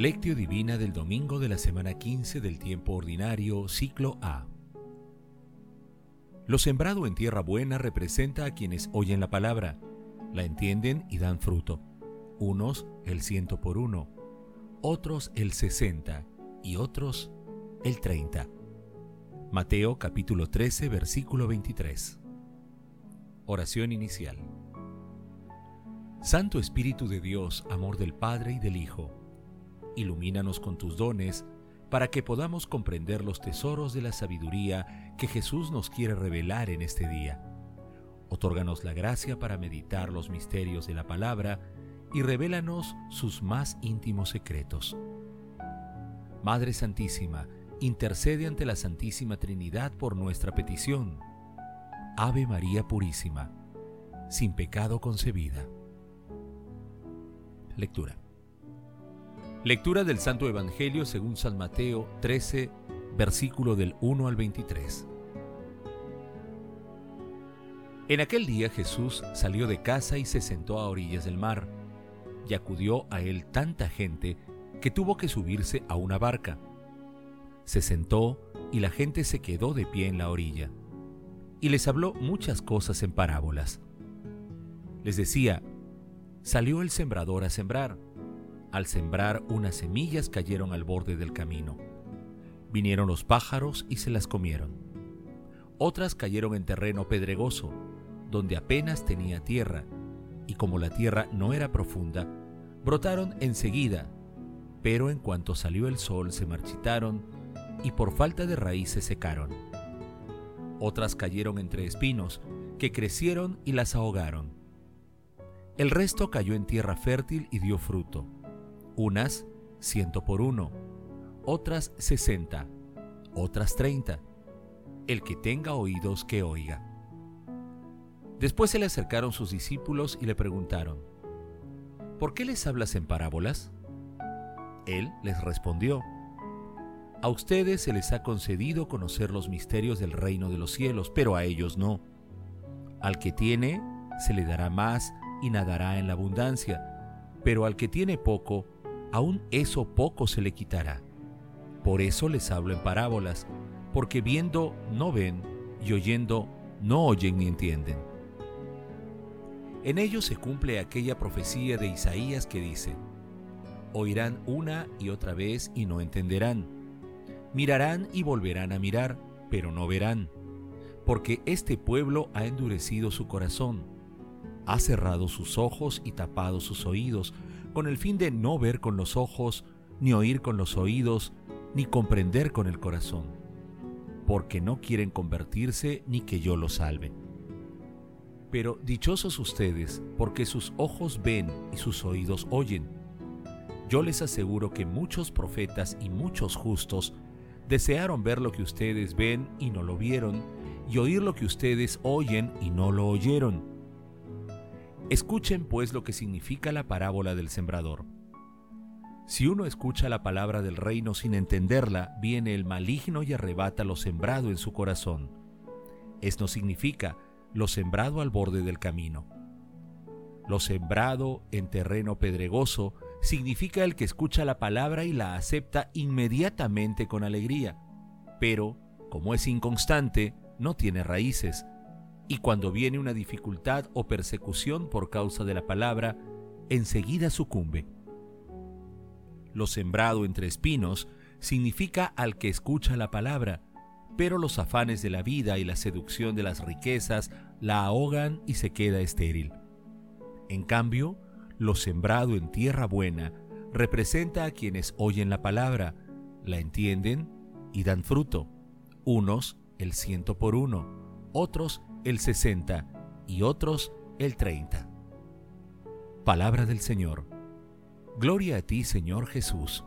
Lectio Divina del domingo de la semana 15 del tiempo ordinario, ciclo A. Lo sembrado en tierra buena representa a quienes oyen la palabra, la entienden y dan fruto. Unos el 100 por uno, otros el 60 y otros el 30. Mateo capítulo 13, versículo 23. Oración inicial. Santo Espíritu de Dios, amor del Padre y del Hijo, ilumínanos con tus dones para que podamos comprender los tesoros de la sabiduría que Jesús nos quiere revelar en este día. Otórganos la gracia para meditar los misterios de la palabra y revélanos sus más íntimos secretos. Madre Santísima, intercede ante la Santísima Trinidad por nuestra petición. Ave María Purísima, sin pecado concebida. Lectura. Lectura del Santo Evangelio según San Mateo 13, versículo del 1 al 23. En aquel día Jesús salió de casa y se sentó a orillas del mar, y acudió a él tanta gente que tuvo que subirse a una barca. Se sentó y la gente se quedó de pie en la orilla, y les habló muchas cosas en parábolas. Les decía: salió el sembrador a sembrar. Al sembrar, unas semillas cayeron al borde del camino. Vinieron los pájaros y se las comieron. Otras cayeron en terreno pedregoso, donde apenas tenía tierra, y como la tierra no era profunda, brotaron enseguida, pero en cuanto salió el sol se marchitaron y por falta de raíz se secaron. Otras cayeron entre espinos, que crecieron y las ahogaron. El resto cayó en tierra fértil y dio fruto. Unas 100 por uno, otras 60, otras 30. El que tenga oídos, que oiga. Después se le acercaron sus discípulos y le preguntaron: ¿por qué les hablas en parábolas? Él les respondió: a ustedes se les ha concedido conocer los misterios del reino de los cielos, pero a ellos no. Al que tiene, se le dará más y nadará en la abundancia, pero al que tiene poco, aún eso poco se le quitará. Por eso les hablo en parábolas, porque viendo no ven y oyendo no oyen ni entienden. En ellos se cumple aquella profecía de Isaías que dice: oirán una y otra vez y no entenderán. Mirarán y volverán a mirar, pero no verán, porque este pueblo ha endurecido su corazón, ha cerrado sus ojos y tapado sus oídos, con el fin de no ver con los ojos, ni oír con los oídos, ni comprender con el corazón, porque no quieren convertirse ni que yo los salve. Pero dichosos ustedes, porque sus ojos ven y sus oídos oyen. Yo les aseguro que muchos profetas y muchos justos desearon ver lo que ustedes ven y no lo vieron, y oír lo que ustedes oyen y no lo oyeron. Escuchen pues lo que significa la parábola del sembrador. Si uno escucha la palabra del reino sin entenderla, viene el maligno y arrebata lo sembrado en su corazón. Esto significa lo sembrado al borde del camino. Lo sembrado en terreno pedregoso significa el que escucha la palabra y la acepta inmediatamente con alegría, pero, como es inconstante, no tiene raíces, y cuando viene una dificultad o persecución por causa de la palabra, enseguida sucumbe. Lo sembrado entre espinos significa al que escucha la palabra, pero los afanes de la vida y la seducción de las riquezas la ahogan y se queda estéril. En cambio, lo sembrado en tierra buena representa a quienes oyen la palabra, la entienden y dan fruto. Unos el 100 por uno, otros el 60 y otros el 30. Palabra del Señor. Gloria a ti, Señor Jesús.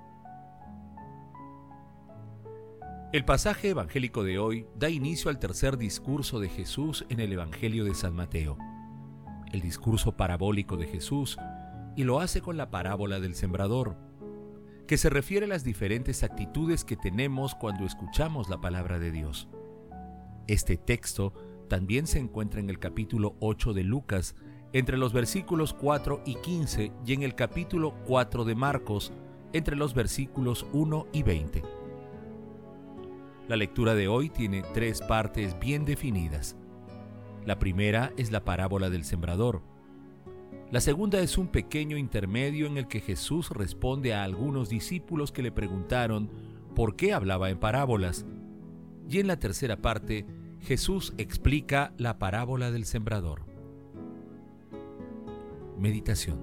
El pasaje evangélico de hoy da inicio al tercer discurso de Jesús en el Evangelio de San Mateo, el discurso parabólico de Jesús, y lo hace con la parábola del sembrador, que se refiere a las diferentes actitudes que tenemos cuando escuchamos la palabra de Dios. Este texto también se encuentra en el capítulo 8 de Lucas, entre los versículos 4 y 15, y en el capítulo 4 de Marcos, entre los versículos 1 y 20. La lectura de hoy tiene 3 partes bien definidas. La primera es la parábola del sembrador. La segunda es un pequeño intermedio en el que Jesús responde a algunos discípulos que le preguntaron por qué hablaba en parábolas. Y en la tercera parte, Jesús explica la parábola del sembrador. Meditación.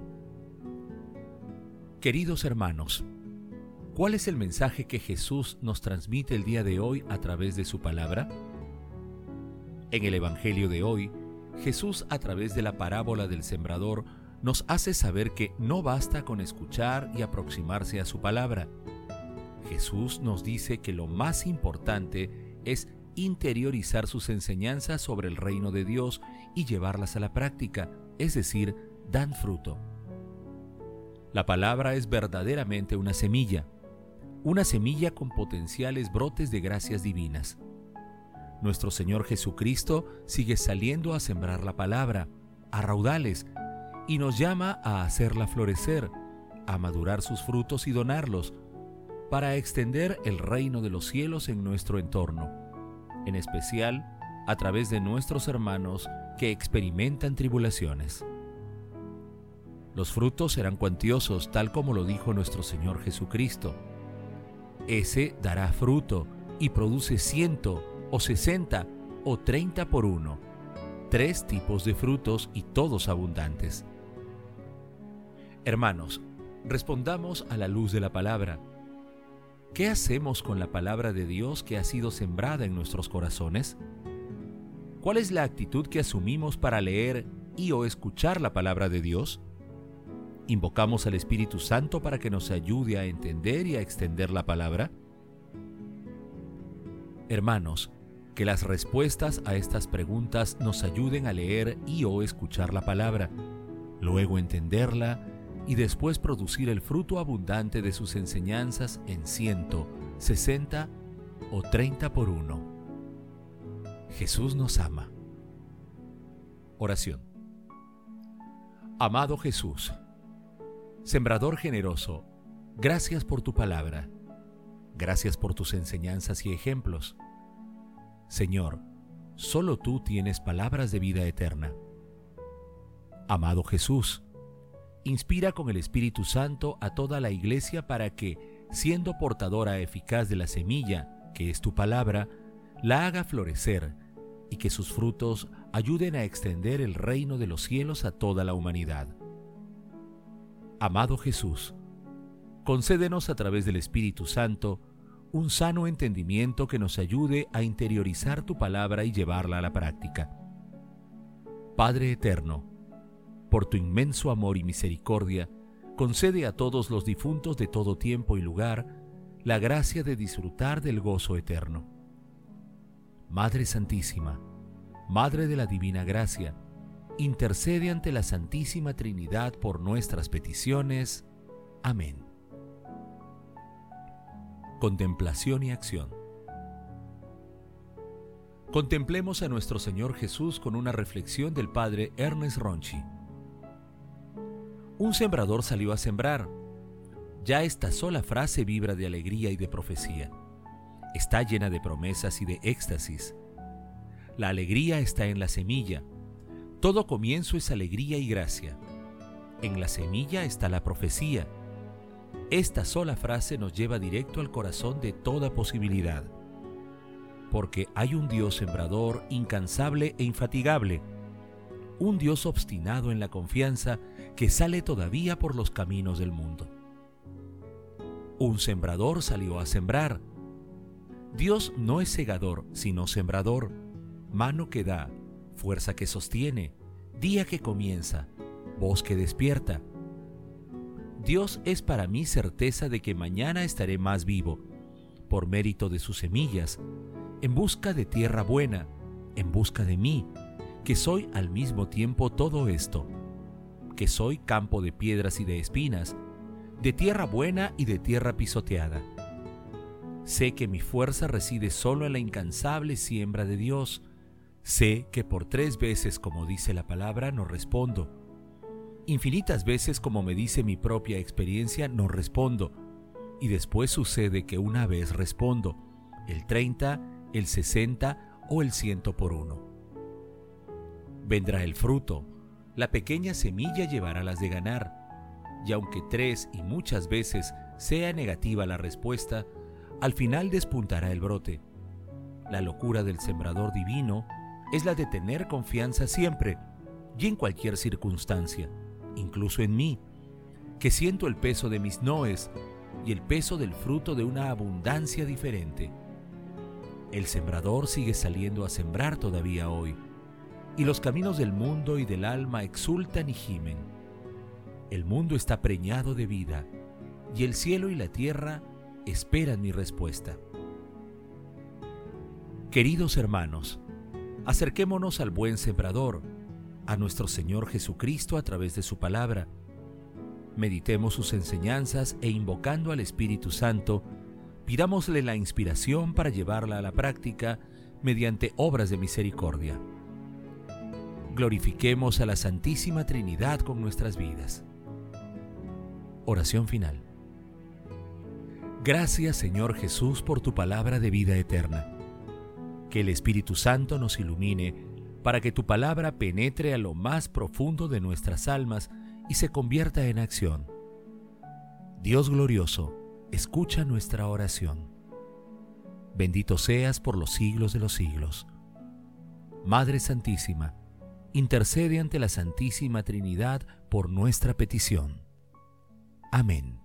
Queridos hermanos, ¿cuál es el mensaje que Jesús nos transmite el día de hoy a través de su palabra? En el Evangelio de hoy, Jesús, a través de la parábola del sembrador, nos hace saber que no basta con escuchar y aproximarse a su palabra. Jesús nos dice que lo más importante es interiorizar sus enseñanzas sobre el reino de Dios y llevarlas a la práctica, es decir, dan fruto. La palabra es verdaderamente una semilla con potenciales brotes de gracias divinas. Nuestro Señor Jesucristo sigue saliendo a sembrar la palabra, a raudales, y nos llama a hacerla florecer, a madurar sus frutos y donarlos, para extender el reino de los cielos en nuestro entorno, en especial a través de nuestros hermanos que experimentan tribulaciones. Los frutos serán cuantiosos, tal como lo dijo nuestro Señor Jesucristo. Ese dará fruto y produce 100 o 60 o 30 por uno. 3 tipos de frutos y todos abundantes. Hermanos, respondamos a la luz de la palabra. ¿Qué hacemos con la palabra de Dios que ha sido sembrada en nuestros corazones? ¿Cuál es la actitud que asumimos para leer y o escuchar la palabra de Dios? ¿Invocamos al Espíritu Santo para que nos ayude a entender y a extender la palabra? Hermanos, que las respuestas a estas preguntas nos ayuden a leer y o escuchar la palabra, luego entenderla y después producir el fruto abundante de sus enseñanzas en 100, 60 o 30 por uno. Jesús nos ama. Oración. Amado Jesús, Sembrador generoso, gracias por tu palabra. Gracias por tus enseñanzas y ejemplos. Señor, solo tú tienes palabras de vida eterna. Amado Jesús, inspira con el Espíritu Santo a toda la Iglesia para que, siendo portadora eficaz de la semilla, que es tu palabra, la haga florecer y que sus frutos ayuden a extender el reino de los cielos a toda la humanidad. Amado Jesús, concédenos a través del Espíritu Santo un sano entendimiento que nos ayude a interiorizar tu palabra y llevarla a la práctica. Padre eterno, por tu inmenso amor y misericordia, concede a todos los difuntos de todo tiempo y lugar la gracia de disfrutar del gozo eterno. Madre Santísima, Madre de la Divina Gracia, intercede ante la Santísima Trinidad por nuestras peticiones. Amén. Contemplación y acción. Contemplemos a nuestro Señor Jesús con una reflexión del Padre Ernest Ronchi. Un sembrador salió a sembrar. Ya esta sola frase vibra de alegría y de profecía. Está llena de promesas y de éxtasis. La alegría está en la semilla. Todo comienzo es alegría y gracia. En la semilla está la profecía. Esta sola frase nos lleva directo al corazón de toda posibilidad. Porque hay un Dios sembrador incansable e infatigable. Un Dios obstinado en la confianza que sale todavía por los caminos del mundo. Un sembrador salió a sembrar. Dios no es segador, sino sembrador. Mano que da, fuerza que sostiene, día que comienza, voz que despierta. Dios es para mí certeza de que mañana estaré más vivo, por mérito de sus semillas, en busca de tierra buena, en busca de mí, que soy al mismo tiempo todo esto, que soy campo de piedras y de espinas, de tierra buena y de tierra pisoteada. Sé que mi fuerza reside solo en la incansable siembra de Dios. Sé que por 3 veces, como dice la palabra, no respondo. Infinitas veces, como me dice mi propia experiencia, no respondo. y después sucede que una vez respondo, el 30, el 60 o el 100 por uno. Vendrá el fruto, la pequeña semilla llevará las de ganar, y aunque 3 y muchas veces sea negativa la respuesta, al final despuntará el brote. La locura del sembrador divino es la de tener confianza siempre y en cualquier circunstancia, incluso en mí, que siento el peso de mis noes y el peso del fruto de una abundancia diferente. El sembrador sigue saliendo a sembrar todavía hoy, y los caminos del mundo y del alma exultan y gimen. El mundo está preñado de vida, y el cielo y la tierra esperan mi respuesta. Queridos hermanos, acerquémonos al buen sembrador, a nuestro Señor Jesucristo a través de su palabra. Meditemos sus enseñanzas e invocando al Espíritu Santo, pidámosle la inspiración para llevarla a la práctica mediante obras de misericordia. Glorifiquemos a la Santísima Trinidad con nuestras vidas. Oración final. Gracias, Señor Jesús, por tu palabra de vida eterna. Que el Espíritu Santo nos ilumine para que tu palabra penetre a lo más profundo de nuestras almas y se convierta en acción. Dios glorioso, escucha nuestra oración. Bendito seas por los siglos de los siglos. Madre Santísima, intercede ante la Santísima Trinidad por nuestra petición. Amén.